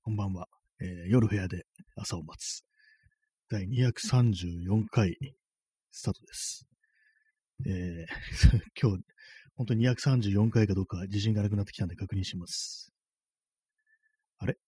こんばんは。夜部屋で朝を待つ。第234回スタートです。今日、本当に234回かどうか自信がなくなってきたんで確認します。あれ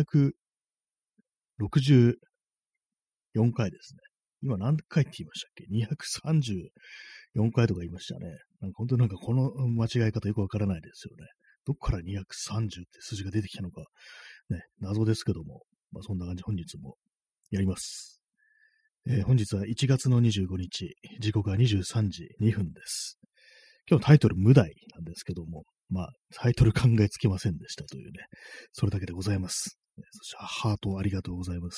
?264 回ですね。今何回って言いましたっけ ?234 回とか言いましたね。本当なんかこの間違い方よくわからないですよね。どこから230って数字が出てきたのか、ね、謎ですけども、そんな感じ本日もやります。本日は1月の25日、時刻は23時2分です。今日タイトル無題なんですけども、タイトル考えつきませんでしたというね、それだけでございます。そしてハートありがとうございます。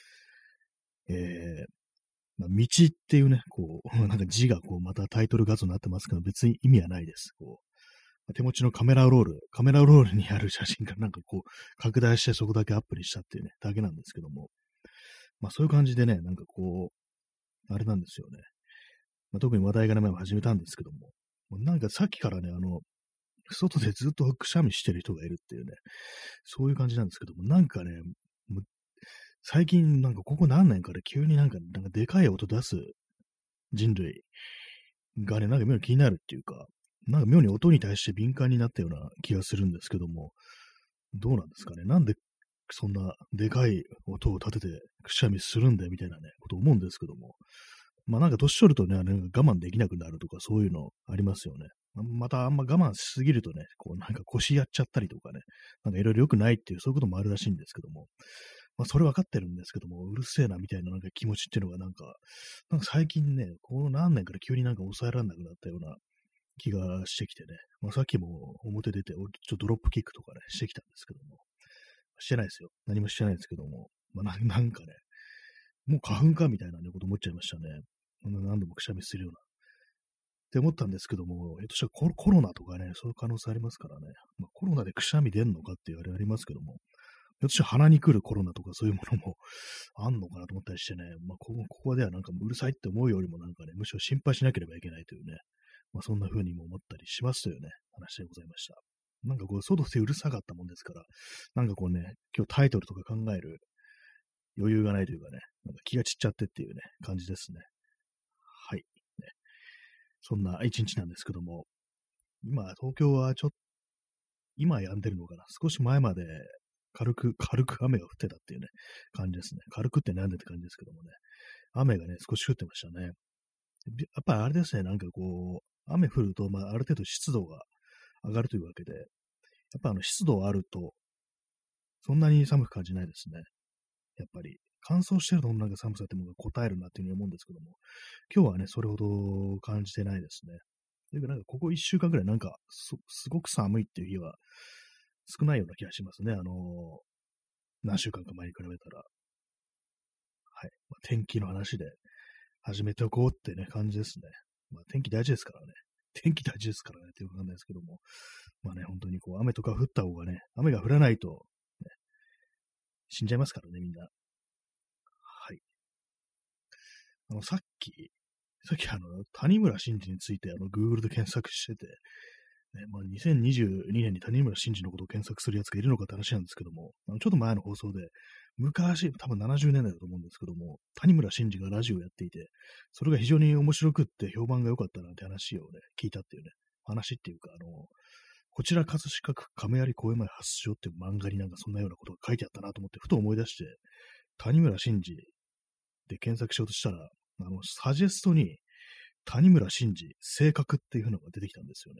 道っていうね、なんか字がまたタイトル画像になってますけど、別に意味はないです。手持ちのカメラロールにある写真が拡大してそこだけアップにしたっていうね、だけなんですけども、そういう感じでね、あれなんですよね。特に話題がないまま始めたんですけども、なんかさっきからね、外でずっとくしゃみしてる人がいるっていうね、そういう感じなんですけども、なんかね、もう最近ここ何年かで急にでかい音出す人類がね、妙に気になるっていうか、妙に音に対して敏感になったような気がするんですけども、どうなんですかね。なんでそんなでかい音を立ててくしゃみするんだよみたいなね、こと思うんですけども。年取るとね、我慢できなくなるとかそういうのありますよね。またあんま我慢しすぎるとね、腰やっちゃったりとかね、いろいろ良くないっていうそういうこともあるらしいんですけども。それ分かってるんですけども、うるせえなみたいな気持ちっていうのが最近ね、この何年から急に抑えられなくなったような気がしてきてね、さっきも表出て、ドロップキックとかね、してきたんですけども、してないですよ。何もしてないですけども、なんかね、もう花粉かみたいなね、こと思っちゃいましたね。何度もくしゃみするような。って思ったんですけども、ひょっとしたらコロナとかね、そういう可能性ありますからね。コロナでくしゃみ出んのかっていうあれありますけども、ひょっとしたら鼻に来るコロナとかそういうものもあんのかなと思ったりしてね、ここではうるさいって思うよりもむしろ心配しなければいけないというね、そんな風にも思ったりしますというね、話でございました。外でうるさかったもんですから、今日タイトルとか考える余裕がないというかね、気が散っちゃってっていうね、感じですね。はい。ね、そんな一日なんですけども、今、東京は今止んでるのかな。少し前まで軽く雨が降ってたっていうね、感じですね。軽くってなんでって感じですけどもね。雨がね、少し降ってましたね。やっぱりあれですね、雨降ると、ある程度湿度が上がるというわけで、やっぱ湿度あると、そんなに寒く感じないですね。やっぱり、乾燥してると寒さってものが答えるなっていうふうに思うんですけども、今日はね、それほど感じてないですね。というか、ここ1週間くらいすごく寒いっていう日は少ないような気がしますね。何週間か前に比べたら。はい。天気の話で始めておこうってね、感じですね。天気大事ですからね。天気大事ですからねってよくわかんないですけども。本当に雨とか降った方がね、雨が降らないと、ね、死んじゃいますからね、みんな。はい。さっき谷村新司についてGoogle で検索してて、ね、2022年に谷村新司のことを検索するやつがいるのかって話なんですけども、ちょっと前の放送で、昔、多分70年代だと思うんですけども、谷村新司がラジオをやっていて、それが非常に面白くって評判が良かったなんて話をね、聞いたっていうね、話っていうか、こちら葛飾区亀有公園前発祥っていう漫画にそんなようなことが書いてあったなと思って、ふと思い出して、谷村新司で検索しようとしたら、サジェストに、谷村新司、性格っていうのが出てきたんですよね。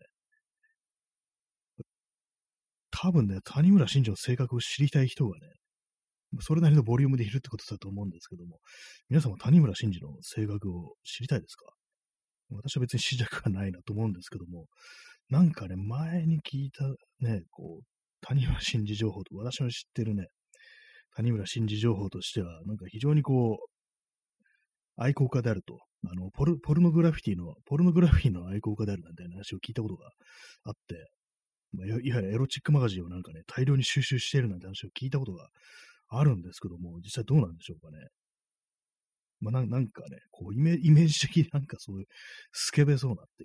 多分ね、谷村新司の性格を知りたい人がね、それなりのボリュームでいるってことだと思うんですけども、皆様谷村新司の性格を知りたいですか？私は別に知りたくはないなと思うんですけども、前に聞いたね、谷村新司情報と、私の知ってるね、谷村新司情報としては、非常に愛好家であると、ポルノグラフィーの愛好家であるなんて話を聞いたことがあって、いわゆるエロチックマガジンを大量に収集しているなんて話を聞いたことがあるんですけども、実際どうなんでしょうかね。イメージ的にそういうスケベそうなっていうね、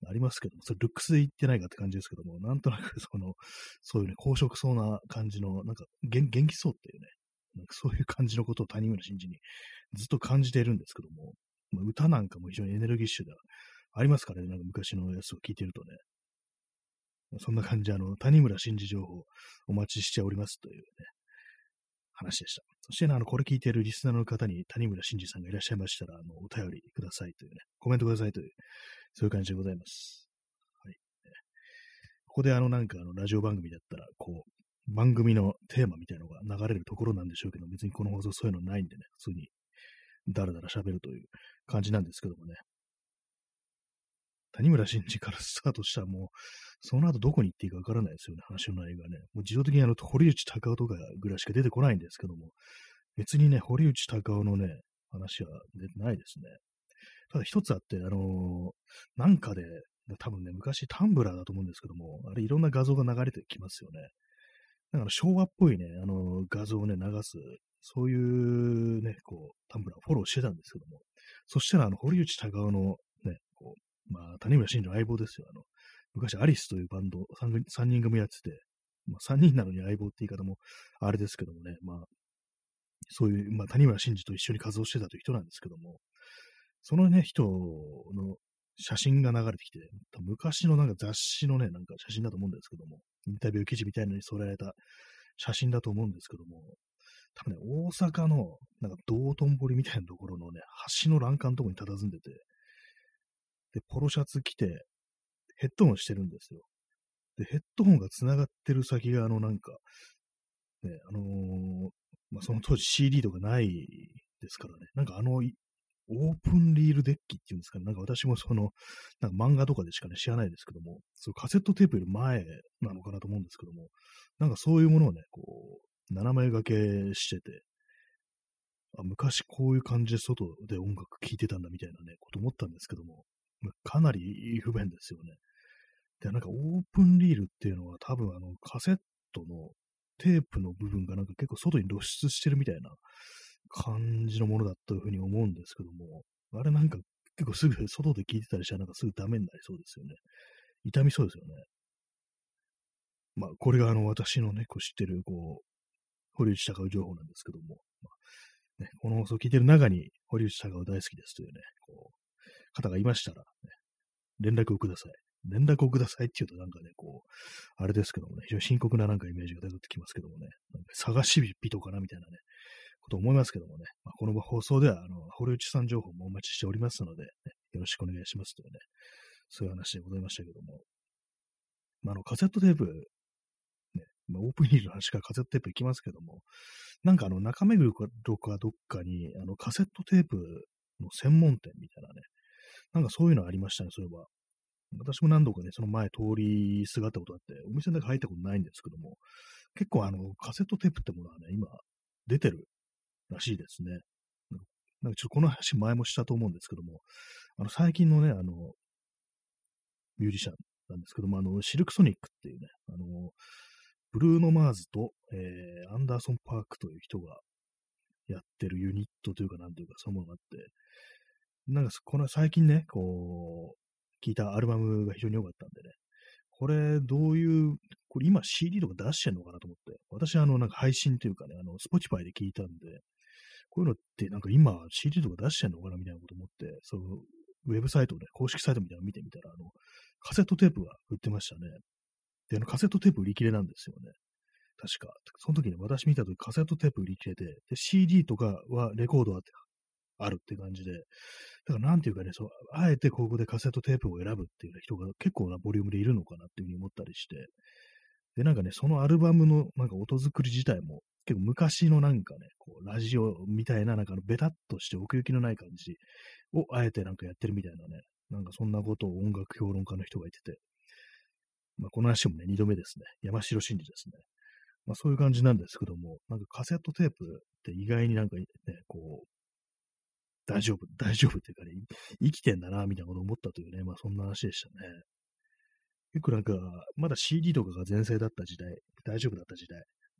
ありますけども、それルックスで言ってないかって感じですけども、なんとなくそういうね、公職そうな感じの、なんか元気そうっていうね、なんかそういう感じのことを谷村新司にずっと感じているんですけども、まあ、歌なんかも非常にエネルギッシュでありますからね、なんか昔のやつを聞いてるとね、そんな感じで、谷村新司情報お待ちしておりますというね、話でした。そしてね、これ聞いているリスナーの方に谷村新司さんがいらっしゃいましたら、お便りくださいというね、コメントくださいという、そういう感じでございます。はい。ここでなんかラジオ番組だったら、こう、番組のテーマみたいなのが流れるところなんでしょうけど、別にこの放送そういうのないんでね、普通にダラダラ喋るという感じなんですけどもね。谷村新司からスタートしたらもう、その後どこに行っていいかわからないですよね、話の内容がね。もう自動的に堀内孝雄とかぐらいしか出てこないんですけども、別にね、堀内孝雄のね、話は出てないですね。ただ一つあって、なんかで、多分ね、昔タンブラーだと思うんですけども、あれいろんな画像が流れてきますよね。だから昭和っぽいね、画像をね、流す、そういうね、こう、タンブラーフォローしてたんですけども、そしたら堀内孝雄のね、こう、まあ、谷村新司の相棒ですよ。昔アリスというバンド3人組やってて、まあ、3人なのに相棒って言い方もあれですけどもね、まあ、そういう、まあ、谷村新司と一緒に活動してたという人なんですけども、そのね、人の写真が流れてきて、昔のなんか雑誌のね、なんか写真だと思うんですけども、インタビュー記事みたいなのに添えられた写真だと思うんですけども、多分ね、大阪の、なんか道頓堀みたいなところのね、橋の欄干のところに佇んでて、で、ポロシャツ着て、ヘッドホンしてるんですよ。で、ヘッドホンが繋がってる先が、なんか、ね、まあ、その当時 CD とかないですからね、なんかオープンリールデッキっていうんですかね、なんか私もなんか漫画とかでしかね、知らないですけども、そうカセットテープより前なのかなと思うんですけども、なんかそういうものをね、こう、斜め掛けしてて、昔こういう感じで外で音楽聴いてたんだみたいなね、こと思ったんですけども、かなり不便ですよね。で、なんかオープンリールっていうのは多分カセットのテープの部分がなんか結構外に露出してるみたいな感じのものだというふうに思うんですけども、あれなんか結構すぐ外で聞いてたりしたらなんかすぐダメになりそうですよね。痛みそうですよね。まあ、これが私のね、こう知ってる、こう、堀内孝雄情報なんですけども、まあね、この放送を聞いてる中に堀内孝雄大好きですというね、こう、方がいましたら、ね、連絡をください。連絡をくださいって言うとなんかね、こう、あれですけどもね、非常に深刻ななんかイメージが出てきますけどもね、なんか探し人かなみたいなね、こと思いますけどもね、まあ、この放送では、堀内さん情報もお待ちしておりますので、ね、よろしくお願いしますというね、そういう話でございましたけども、まあ、カセットテープ、ね、まあ、オープンリールの話からカセットテープいきますけども、なんか中目黒とかどっかに、カセットテープの専門店みたいなね、なんかそういうのありましたね、そういえば。私も何度かね、その前通りすがったことあって、お店の中入ったことないんですけども、結構カセットテープってものはね、今、出てるらしいですね。なんかちょっとこの話前もしたと思うんですけども、最近のね、ミュージシャンなんですけども、シルクソニックっていうね、ブルーノ・マーズと、アンダーソン・パークという人がやってるユニットというか、なんというか、そういうものがあって、なんかこの最近ね、こう、聞いたアルバムが非常に良かったんでね、これどういう、これ今 CD とか出してんのかなと思って、私なんか配信というかね、Spotify で聞いたんで、こういうのってなんか今 CD とか出してんのかなみたいなこと思って、そのウェブサイトね、公式サイトみたいなの見てみたら、カセットテープが売ってましたね。で、カセットテープ売り切れなんですよね。確か。その時ね、私見た時カセットテープ売り切れて、で、CD とかはレコードあるって感じで、だからなんていうかね、そう、あえてここでカセットテープを選ぶっていう人が結構なボリュームでいるのかなっていうふうに思ったりして、で、なんかね、そのアルバムのなんか音作り自体も結構昔のなんかね、こう、ラジオみたいななんかベタっとして奥行きのない感じをあえてなんかやってるみたいなね、なんかそんなことを音楽評論家の人が言ってて、まあこの話もね、二度目ですね。山城真司ですね。まあそういう感じなんですけども、なんかカセットテープって意外になんかね、こう、大丈夫っていうかね、生きてんだな、みたいなことを思ったというね、まあそんな話でしたね。結構なんか、まだ CD とかが全盛だった時代、大丈夫だった時代、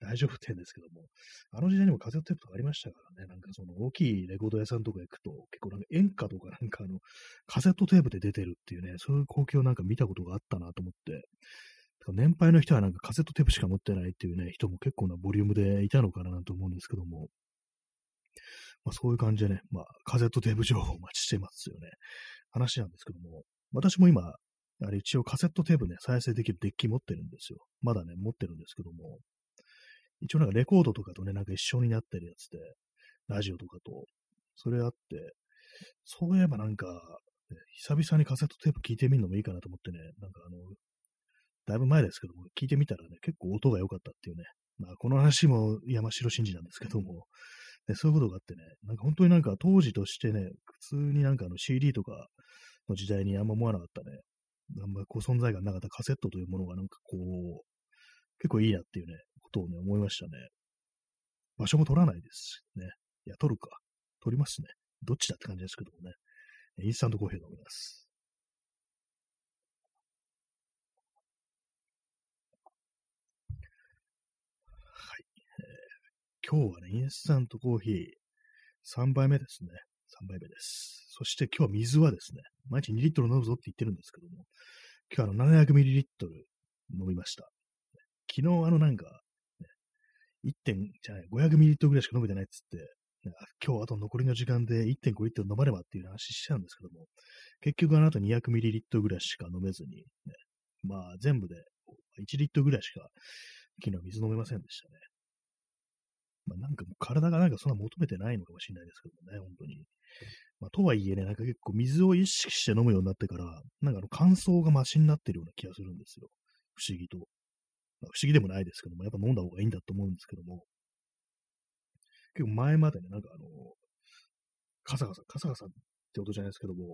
大丈夫って言うんですけども、あの時代にもカセットテープとかありましたからね、なんかその大きいレコード屋さんとか行くと、結構なんか演歌とかなんかカセットテープで出てるっていうね、そういう光景をなんか見たことがあったなと思って、年配の人はなんかカセットテープしか持ってないっていうね、人も結構なボリュームでいたのかなと思うんですけども、まあそういう感じでね、まあカセットテープ情報をお待ちしてますよね。話なんですけども、私も今、あれ一応カセットテープね、再生できるデッキ持ってるんですよ。まだね、持ってるんですけども、一応なんかレコードとかとね、なんか一緒になってるやつで、ラジオとかと、それあって、そういえばなんか、ね久々にカセットテープ聞いてみるのもいいかなと思ってね、なんかだいぶ前ですけども、聞いてみたらね、結構音が良かったっていうね、まあこの話も山城真司なんですけども、ね、そういうことがあってね、なんか本当になんか当時としてね、普通になんかCD とかの時代にあんま思わなかったね、あんまこう存在感なかったカセットというものがなんかこう、結構いいなっていうね、ことをね、思いましたね。場所も取らないですしね。いや、取るか。取りますね。どっちだって感じですけどもね。インスタントコーヒー飲みます。はい。今日はね、インスタントコーヒー3杯目ですね。3杯目です。そして今日は水はですね、毎日2リットル飲むぞって言ってるんですけども、今日は700ミリリットル飲みました。昨日なんか、ね、1点じゃない、500ミリリットルぐらいしか飲めてないっつって、今日あと残りの時間で1.5リットル飲まればっていう話しちゃうんですけども、結局あの後200ミリリットルぐらいしか飲めずに、ね、まあ全部で1リットルぐらいしか昨日水飲めませんでしたね。まあなんかもう体がなんかそんな求めてないのかもしれないですけどもね、本当に。まあとはいえね、なんか結構水を意識して飲むようになってから、なんか乾燥がマシになってるような気がするんですよ。不思議と。まあ、不思議でもないですけども、やっぱ飲んだ方がいいんだと思うんですけども、結構前までね、なんかカサカサって音じゃないですけども、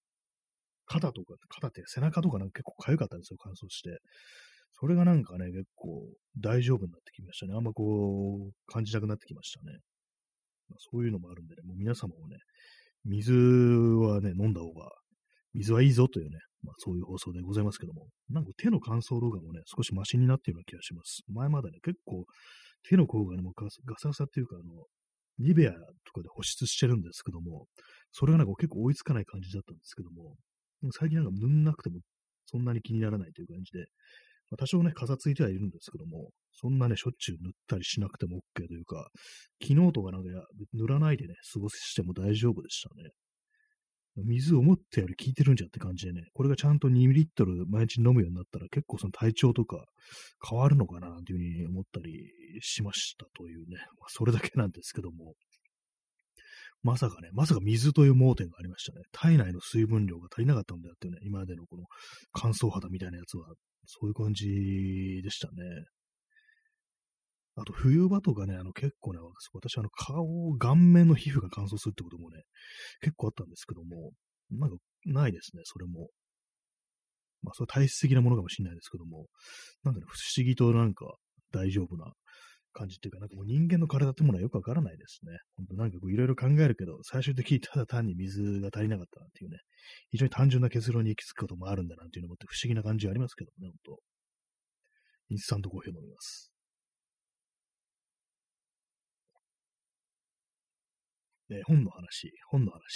肩って背中とかなんか結構痒かったんですよ、乾燥して。それがなんかね、結構大丈夫になってきましたね。あんまこう、感じなくなってきましたね。まあ、そういうのもあるんでね、もう皆様もね、水はね、飲んだ方が、水はいいぞというね、まあそういう放送でございますけども、なんか手の乾燥動画もね、少しマシになっているような気がします。前までね、結構手の甲がね、もうガサガサっていうか、ニベアとかで保湿してるんですけども、それがなんか結構追いつかない感じだったんですけども、最近なんか塗んなくてもそんなに気にならないという感じで、まあ、多少ね、かさついてはいるんですけども、そんなね、しょっちゅう塗ったりしなくても OK というか、昨日とかなんか塗らないでね、過ごしても大丈夫でしたね。水思ったより効いてるんじゃって感じでね、これがちゃんと2リットル毎日飲むようになったら結構その体調とか変わるのかなというふうに思ったりしましたというね、まあ、それだけなんですけども、まさか水という盲点がありましたね。体内の水分量が足りなかったんだよっていうね、今までのこの乾燥肌みたいなやつは、そういう感じでしたね。あと冬場とかね、結構ね、私顔面の皮膚が乾燥するってこともね、結構あったんですけども、なんかないですね、それも。まあ、それ体質的なものかもしれないですけども、なんだろう、不思議となんか大丈夫な感じっていうか、なんかもう人間の体ってものはよくわからないですね。本当なんかこういろいろ考えるけど、最終的にただ単に水が足りなかったなんていうね、非常に単純な結論に行き着くこともあるんだなんていうのもって不思議な感じはありますけどね、本当インスタントコーヒーを飲みます。本の話です。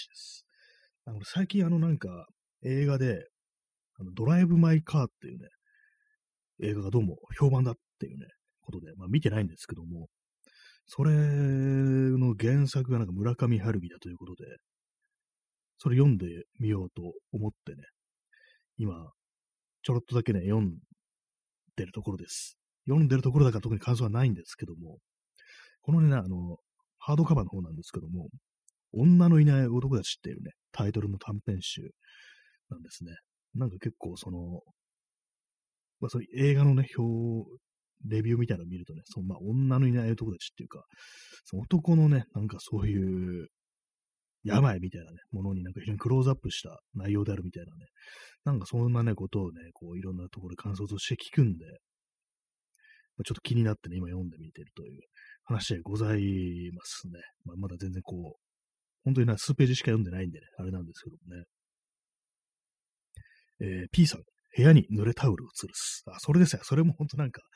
最近なんか映画で、ドライブ・マイ・カーっていうね、映画がどうも評判だっていうね、ことで、まあ見てないんですけども、それの原作がなんか村上春樹だということで、それ読んでみようと思ってね、今、ちょろっとだけね、読んでるところです。読んでるところだから特に感想はないんですけども、このね、ハードカバーの方なんですけども、女のいない男たちっていうね、タイトルの短編集なんですね。なんか結構まあそういう映画のね、レビューみたいなのを見るとね、まあ女のいない男たちっていうか、その男のね、なんかそういう病みたいなね、ものになんか非常にクローズアップした内容であるみたいなね、なんかそんなね、ことをね、こういろんなところで感想として聞くんで、まあ、ちょっと気になってね、今読んでみてるという話でございますね。まあ、まだ全然こう、本当に数ページしか読んでないんでね、あれなんですけどもね。P さん、部屋に濡れタオルを吊るす。あ、それですよ。それも本当なんか、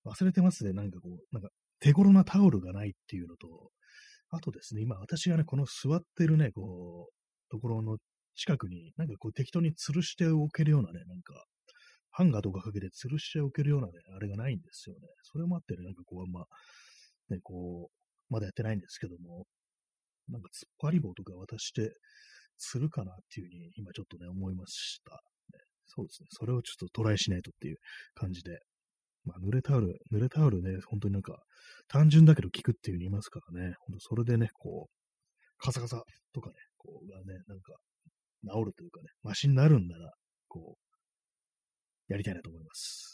忘れてますね。なんかこう、なんか手頃なタオルがないっていうのと、あとですね、今私がね、この座ってるね、こう、ところの近くに、なんかこう適当に吊るしておけるようなね、なんか、ハンガーとかかけて吊るしておけるようなね、あれがないんですよね。それもあってね、なんかこう、ね、こう、まだやってないんですけども、なんか突っ張り棒とか渡して吊るかなっていうふうに今ちょっとね、思いました。ね、そうですね。それをちょっとトライしないとっていう感じで。まあ、濡れタオルね、本当になんか、単純だけど効くっていう風に言いますからね、本当それでね、こう、カサカサとかね、こう、がね、なんか、治るというかね、マシになるんなら、こう、やりたいなと思います。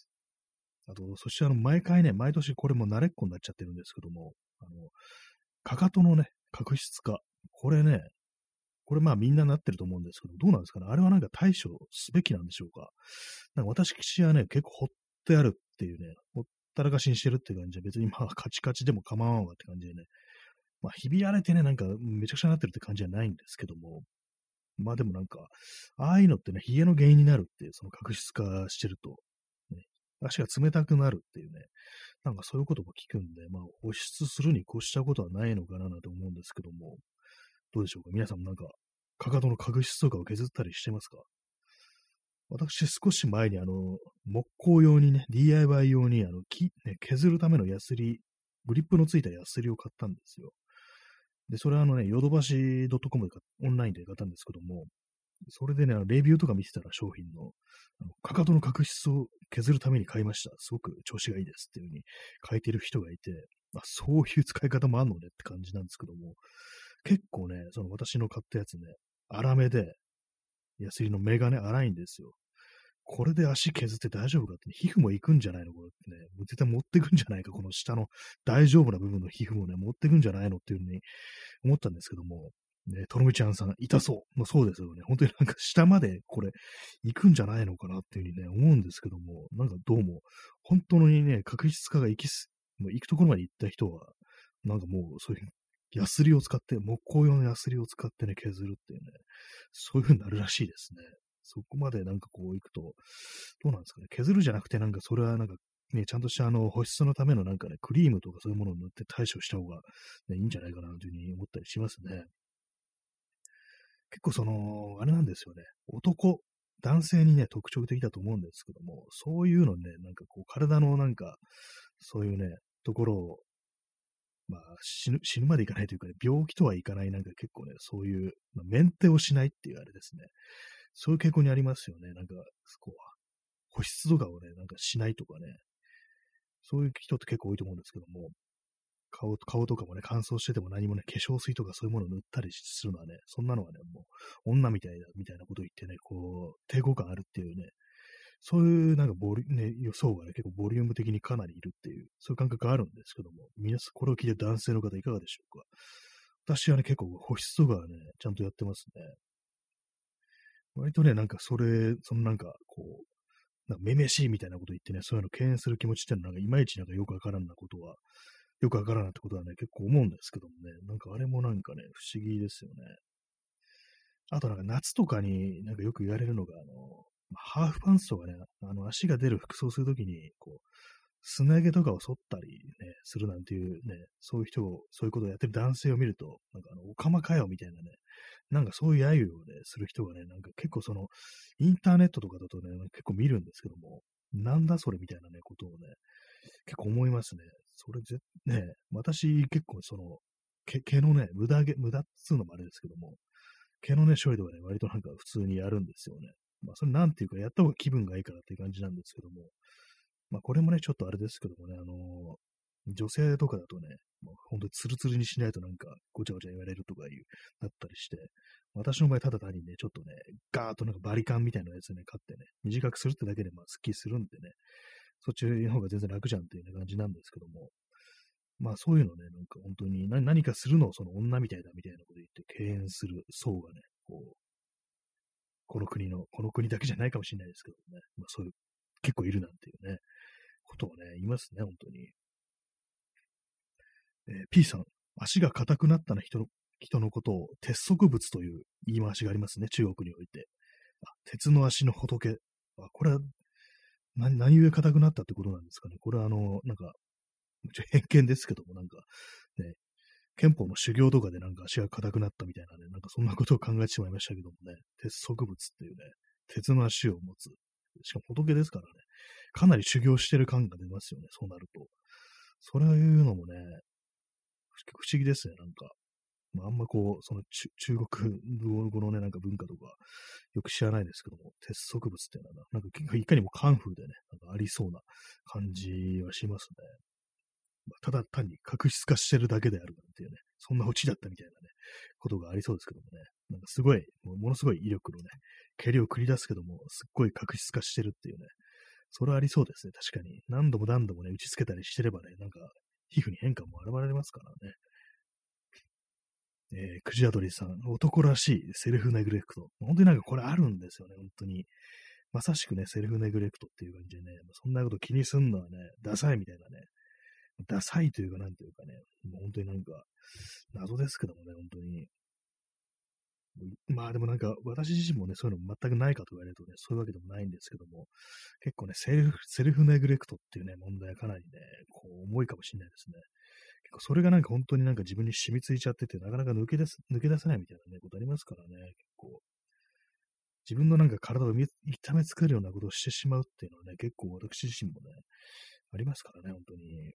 あと、そして毎回ね、毎年これも慣れっこになっちゃってるんですけども、かかとのね、角質化。これね、これまあみんななってると思うんですけど、どうなんですかね。あれはなんか対処すべきなんでしょうか。なんか私はね、結構ほってあるっていうね、ほったらかしにしてるって感じで、別にまあカチカチでも構わんわって感じでね、まあひび荒れてね、なんかめちゃくちゃなってるって感じじゃないんですけども、まあでもなんか、ああいうのってね、冷えの原因になるっていう、その角質化してると、ね、足が冷たくなるっていうね、なんかそういうことも聞くんで、まあ保湿するに越したことはないのかななんて思うんですけども、どうでしょうか。皆さんなんか、かかとの角質とかを削ったりしてますか？私、少し前に木工用にね、DIY 用に、ね、削るためのヤスリ、グリップのついたヤスリを買ったんですよ。で、それはヨドバシ .com でオンラインで買ったんですけども、それでね、レビューとか見てたら商品の、かかとの角質を削るために買いました。すごく調子がいいですっていう風に書いてる人がいて、あ、そういう使い方もあんのねって感じなんですけども、結構ね、その私の買ったやつね、粗めで、ヤスリの目がね、粗いんですよ。これで足削って大丈夫かって、ね、皮膚も行くんじゃないのこれってね。絶対持ってくんじゃないか、この下の大丈夫な部分の皮膚もね、持ってくんじゃないのっていうふうに思ったんですけども、ね、とろみちゃんさん、痛そう。もうそうですよね。本当になんか下までこれ行くんじゃないのかなっていうふうにね、思うんですけども、なんかどうも、本当にね、確実化がもう行くところまで行った人は、なんかもうそういうヤスリを使って、木工用のヤスリを使ってね、削るっていうね、そういう風になるらしいですね。そこまでなんかこう行くと、どうなんですかね。削るじゃなくて、なんかそれはなんかね、ちゃんとした保湿のためのなんかね、クリームとかそういうものを塗って対処した方が、ね、いいんじゃないかなというふうに思ったりしますね。結構あれなんですよね。男性にね、特徴的だと思うんですけども、そういうのね、なんかこう、体のなんか、そういうね、ところを、まあ、死ぬまでいかないというかね、病気とはいかない、なんか結構ね、そういう、まあ、メンテをしないっていうあれですね。そういう傾向にありますよね。なんか、こう、保湿とかをね、なんかしないとかね、そういう人って結構多いと思うんですけども、顔とかもね、乾燥してても何もね、化粧水とかそういうものを塗ったりするのはね、そんなのはね、もう、女みたいなことを言ってね、こう、抵抗感あるっていうね、そういうなんか予想がね、結構ボリューム的にかなりいるっていう、そういう感覚があるんですけども、皆さん、これを聞いて男性の方いかがでしょうか？私はね、結構保湿とかはね、ちゃんとやってますね。割とね、なんかなんかこう、なんかめめしいみたいなこと言ってね、そういうの敬遠する気持ちっていうのは、なんかいまいちなんかよくわからんなことは、よくわからんなってことはね、結構思うんですけどもね、なんかあれもなんかね、不思議ですよね。あとなんか夏とかになんかよく言われるのが、ハーフパンツとかね、足が出る服装するときに、こう、すね毛とかを剃ったりね、するなんていうね、そういうことをやってる男性を見ると、なんかおかまかよみたいなね、なんかそういう揶揄をね、する人がね、なんか結構インターネットとかだとね、結構見るんですけども、なんだそれみたいなね、ことをね、結構思いますね。ね、私結構毛のね、無駄っつうのもあれですけども、毛のね、処理とかね、割となんか普通にやるんですよね。まあ、それなんていうか、やった方が気分がいいからっていう感じなんですけども、まあ、これもね、ちょっとあれですけどもね、女性とかだとね、もう本当にツルツルにしないとなんかごちゃごちゃ言われるとかだったりして、私の場合ただ単にね、ちょっとね、ガーッとなんかバリカンみたいなやつね、買ってね、短くするってだけでまあスッキリするんでね、そっちの方が全然楽じゃんっていう、ね、感じなんですけども、まあそういうのね、なんか本当に何かするのをその女みたいだみたいなこと言って敬遠する層がね、この国だけじゃないかもしれないですけどね、まあそういう、結構いるなんていうね、ことをね、言いますね、本当に。P さん、足が硬くなった人のことを鉄則物という言い回しがありますね、中国において。鉄の足の仏。これは何故硬くなったってことなんですかね。これはなんか、偏見ですけども、なんか、ね、憲法の修行とかでなんか足が硬くなったみたいなね、なんかそんなことを考えてしまいましたけどもね、鉄足物っていうね、鉄の足を持つ。しかも仏ですからね、かなり修行してる感が出ますよね、そうなると。それを言うのもね、不思議ですね、なんか。あんまこう、その中国語のね、なんか文化とか、よく知らないですけども、鉄則物っていうのはなんかいかにもカンフーでね、なんかありそうな感じはしますね。ただ単に確執化してるだけであるなんていうね、そんなオチだったみたいなね、ことがありそうですけどもね、なんかすごい、ものすごい威力のね、蹴りを繰り出すけども、すっごい確執化してるっていうね、それはありそうですね、確かに。何度も何度もね、打ちつけたりしてればね、なんか、皮膚に変化も現れますからね。クジアドリさん、男らしいセルフネグレクト。本当になんかこれあるんですよね、本当に。まさしくね、セルフネグレクトっていう感じでね、そんなこと気にすんのはね、ダサいみたいなね、ダサいというか、なんというかね、もう本当になんか、謎ですけどもね、本当に。まあでもなんか、私自身もね、そういうの全くないかと言われるとね、そういうわけでもないんですけども、結構ね、セルフネグレクトっていうね、問題はかなりね、こう、重いかもしれないですね。結構それがなんか本当になんか自分に染みついちゃってて、なかなか抜け出せないみたいなね、ことありますからね、結構。自分のなんか体を痛めつけるようなことをしてしまうっていうのはね、結構私自身もね、ありますからね、本当に。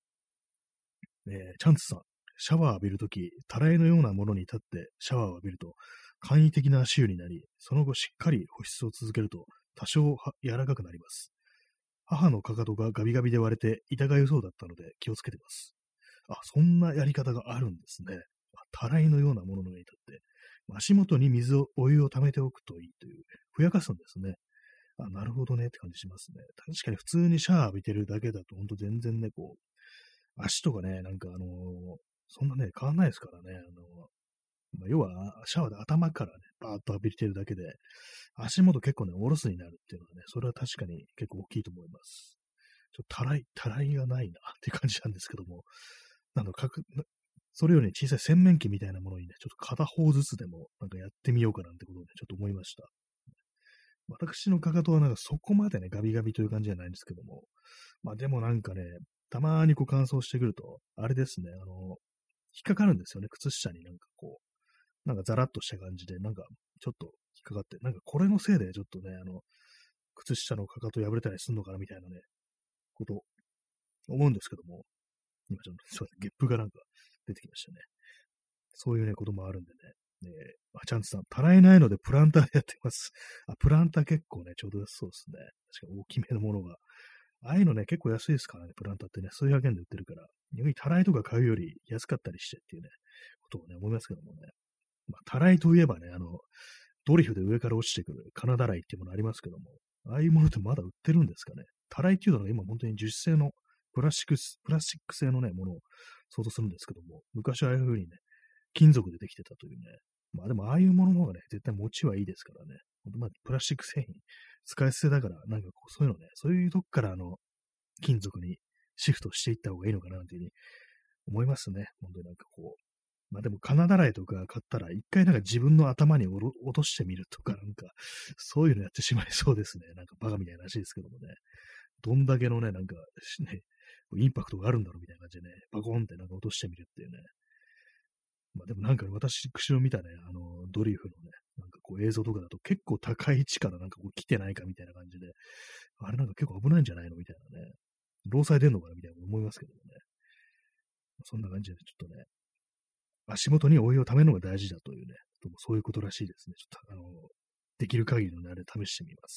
チャンツさん、シャワー浴びるとき、たらいのようなものに立ってシャワーを浴びると、簡易的な足湯になり、その後しっかり保湿を続けると、多少柔らかくなります。母のかかとがガビガビで割れて痛がゆそうだったので気をつけてます。あ、そんなやり方があるんですね。たらいのようなものの上に立って、足元にお湯を溜めておくといいという、ふやかすんですね。あ、なるほどねって感じしますね。確かに普通にシャワー浴びてるだけだと、ほんと全然ね、こう、足とかね、なんかそんなね、変わんないですからね。要は、シャワーで頭からね、バーッと浴びてるだけで、足元結構ね、おろすになるっていうのはね、それは確かに結構大きいと思います。たらいがないなっていう感じなんですけども、なの、それより小さい洗面器みたいなものにね、ちょっと片方ずつでもなんかやってみようかなんてことをね、ちょっと思いました。私のかかとはなんかそこまでね、ガビガビという感じじゃないんですけども、まあでもなんかね、たまにこう乾燥してくると、あれですね、引っかかるんですよね、靴下になんかこう、なんかザラッとした感じで、なんかちょっと引っかかって、なんかこれのせいでちょっとね、靴下のかかと破れたりするのかなみたいなね、こと思うんですけども、今ちょっとすいません、ゲップがなんか出てきましたね。そういうね、こともあるんでね。チャンツさん、たらいないのでプランターでやってます。あ、プランター結構ね、ちょうど安そうですね。確かに大きめのものが。ああいうのね、結構安いですからね、プランターってね、数百円で売ってるから、逆にたらいとか買うより安かったりしてっていうね、ことをね、思いますけどもね。まあ、たらいといえばね、ドリフで上から落ちてくる金だらいっていうものありますけども、ああいうものってまだ売ってるんですかね。たらいっていうのが今本当に樹脂製のプラスチック製のね、ものを想像するんですけども、昔はああいう風にね、金属でできてたというね。まあでもああいうものの方がね、絶対持ちはいいですからね。まあ、プラスチック製品使い捨てだから、なんかこう、そういうのね、そういうとこから金属にシフトしていった方がいいのかなというふうに思いますね。本当になんかこう。まあでも金だらいとか買ったら、一回なんか自分の頭に落としてみるとか、なんか、そういうのやってしまいそうですね。なんかバカみたいな話ですけどもね。どんだけのね、なんか、ね、インパクトがあるんだろうみたいな感じでね、バコンってなんか落としてみるっていうね。まあでもなんか私、口を見たね、ドリフのね、なんかこう映像とかだと結構高い位置からなんかこう来てないかみたいな感じで、あれなんか結構危ないんじゃないのみたいなね。労災出んのかなみたいな思いますけどもね。そんな感じでちょっとね、足元にお湯をためるのが大事だというね、そういうことらしいですね。ちょっとできる限りのね、あれ試してみます。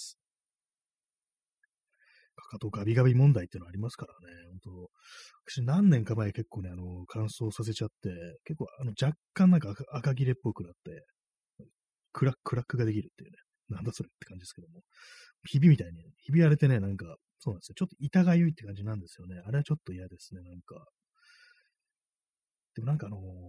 かかとガビガビ問題っていうのありますからね、本当私何年か前結構ね、乾燥させちゃって、結構若干なんか赤切れっぽくなって、クラックができるっていうね、なんだそれって感じですけども、ひびみたいに、ひび荒れてね、なんか、そうなんですよ。ちょっと痛がゆいって感じなんですよね。あれはちょっと嫌ですね、なんか。でもなんか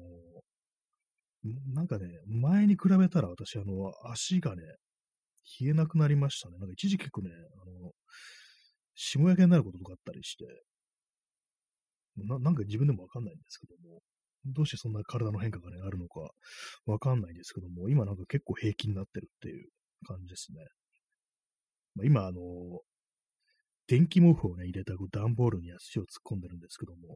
なんかね、前に比べたら私、足がね、冷えなくなりましたね。なんか一時期結構ね、霜焼けになることとかあったりして、なんか自分でもわかんないんですけども、どうしてそんな体の変化がね、あるのかわかんないんですけども、今なんか結構平気になってるっていう感じですね。まあ、今、 電気毛布をね、入れたこう段ボールに足を突っ込んでるんですけども、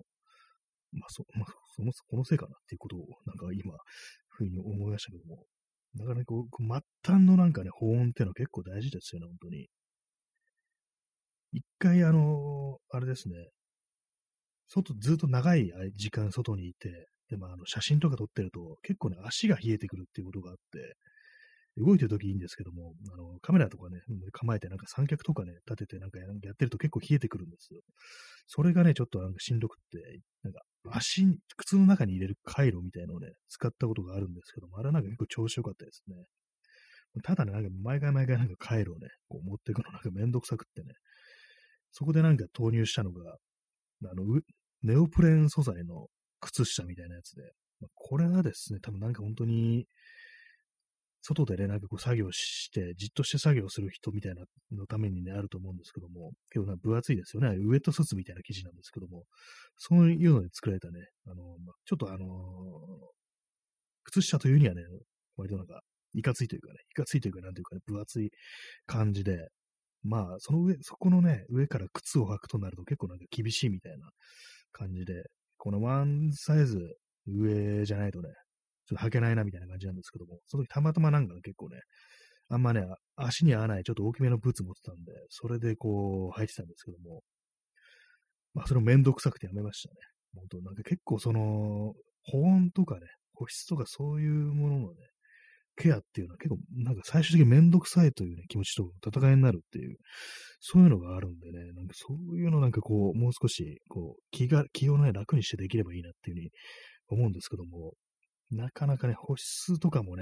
このせいかなっていうことを、なんか今、ふうに思いましたけども、なかなか末端のなんかね、保温っていうのは結構大事ですよね、本当に。一回、あれですね、ずっと長い時間外にいて、で、写真とか撮ってると、結構ね、足が冷えてくるっていうことがあって、動いてるときいいんですけども、カメラとかね、構えてなんか三脚とかね、立ててなんかやってると結構冷えてくるんですよ。それがね、ちょっとなんかしんどくって、なんか靴の中に入れるカイロみたいのをね、使ったことがあるんですけども、あれはなんか結構調子良かったですね。ただね、なんか毎回なんかカイロをね、こう持っていくのなんかめんどくさくってね、そこでなんか投入したのが、あの、うネオプレーン素材の靴下みたいなやつで、これはですね、多分なんか本当に、外でね、なんかこう作業して、じっとして作業する人みたいなのためにね、あると思うんですけども、結構分厚いですよね。ウエットスーツみたいな生地なんですけども、そういうので作られたね、ちょっと靴下というにはね、割となんか、いかついというかね、いかついというか、なんていうかね、分厚い感じで、そこのね、上から靴を履くとなると結構なんか厳しいみたいな感じで、このワンサイズ上じゃないとね、ちょっと履けないなみたいな感じなんですけども、その時たまたまなんか結構ね、あんまね、足に合わないちょっと大きめのブーツ持ってたんで、それでこう履いてたんですけども、それもめんどくさくてやめましたね。本当なんか結構保温とかね、保湿とかそういうもののね、ケアっていうのは結構なんか最終的にめんどくさいというね、気持ちと戦いになるっていう、そういうのがあるんでね、なんかそういうのなんかこう、もう少し、こう、気をね、楽にしてできればいいなっていうふうに思うんですけども、なかなかね、保湿とかもね、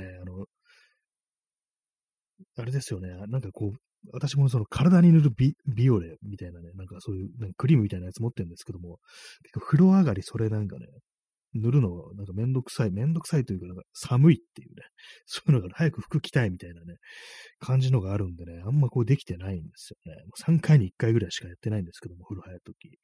あれですよね、なんかこう、私もその体に塗るビオレみたいなね、なんかそういうなんかクリームみたいなやつ持ってるんですけども、結構風呂上がりそれなんかね、塗るのなんかめんどくさいというか、なんか寒いっていうね、そういうのが早く服着たいみたいなね、感じのがあるんでね、あんまこうできてないんですよね。3回に1回ぐらいしかやってないんですけども、風呂入るとき。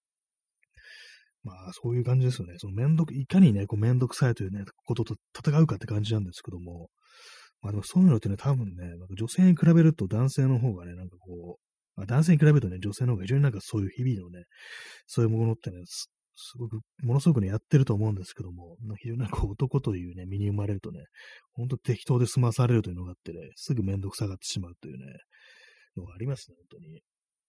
そういう感じですよね。いかにね、こうめんどくさいというね、ことと戦うかって感じなんですけども、でもそういうのってね、多分ね、なんか女性に比べると男性の方がね、なんかこう、男性に比べるとね、女性の方が非常になんかそういう日々のね、そういうものってね、ものすごくね、やってると思うんですけども、非常になんか男というね、身に生まれるとね、ほんと適当で済まされるというのがあってね、すぐめんどくさがってしまうというね、のがありますね、本当に。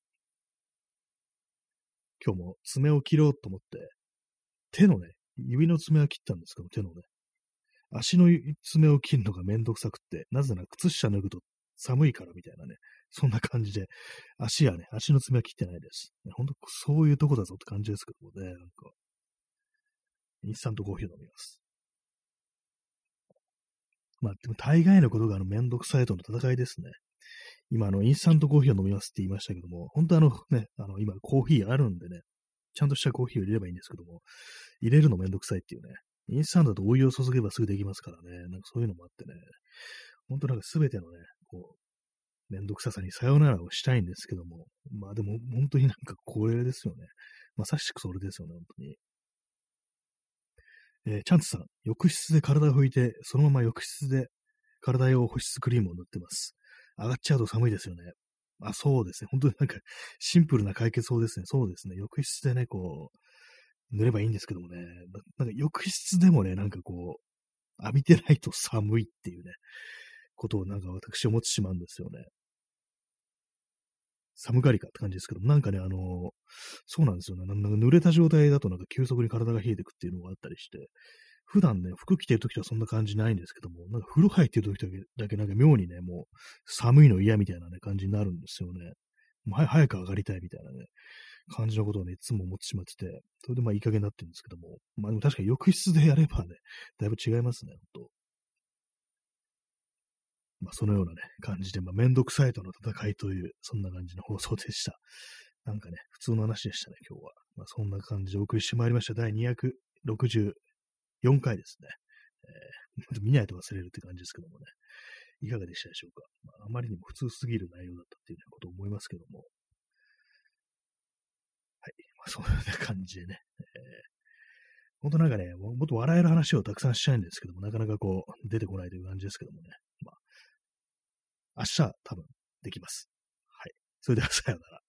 今日も爪を切ろうと思って、手のね、指の爪は切ったんですけど、手のね、足の爪を切るのがめんどくさくって、なぜなら靴下脱ぐと寒いからみたいなね、そんな感じで、足の爪は切ってないです。ほんと、そういうとこだぞって感じですけどもね、なんか、インスタントコーヒーを飲みます。でも大概のことがめんどくさいとの戦いですね。今、インスタントコーヒーを飲みますって言いましたけども、本当今、コーヒーあるんでね、ちゃんとしたコーヒーを入れればいいんですけども、入れるのめんどくさいっていうね、インスタントだとお湯を注げばすぐできますからね、なんかそういうのもあってね、本当なんかすべてのね、こう、めんどくささにさよならをしたいんですけども、でも本当になんかこれですよね。まさしくそれですよね、本当に。チャンツさん、浴室で体を拭いて、そのまま浴室で体用保湿クリームを塗ってます。上がっちゃうと寒いですよね。そうですね。本当になんかシンプルな解決法ですね。そうですね。浴室でね、こう、塗ればいいんですけどもね。なんか浴室でもね、なんかこう、浴びてないと寒いっていうね、ことをなんか私思ってしまうんですよね。寒がりかって感じですけども、なんかね、そうなんですよね。なんか濡れた状態だとなんか急速に体が冷えてくっていうのがあったりして、普段ね、服着てる時とはそんな感じないんですけども、なんか風呂入ってる時だけなんか妙にね、もう寒いの嫌みたいなね、感じになるんですよね。もう早く上がりたいみたいなね、感じのことをね、いつも思ってしまってて、それでいい加減になってるんですけども、でも確かに浴室でやればね、だいぶ違いますね、ほんと。そのようなね、感じで、めんどくさいとの戦いという、そんな感じの放送でした。なんかね、普通の話でしたね、今日は。そんな感じでお送りしてまいりました。第264回ですね。見ないと忘れるって感じですけどもね。いかがでしたでしょうか。あまりにも普通すぎる内容だったっていうことを思いますけども。はい。そんな感じでね。本当なんかね、もっと笑える話をたくさんしたいんですけども、なかなかこう、出てこないという感じですけどもね。明日多分できます。はい。それではさようなら。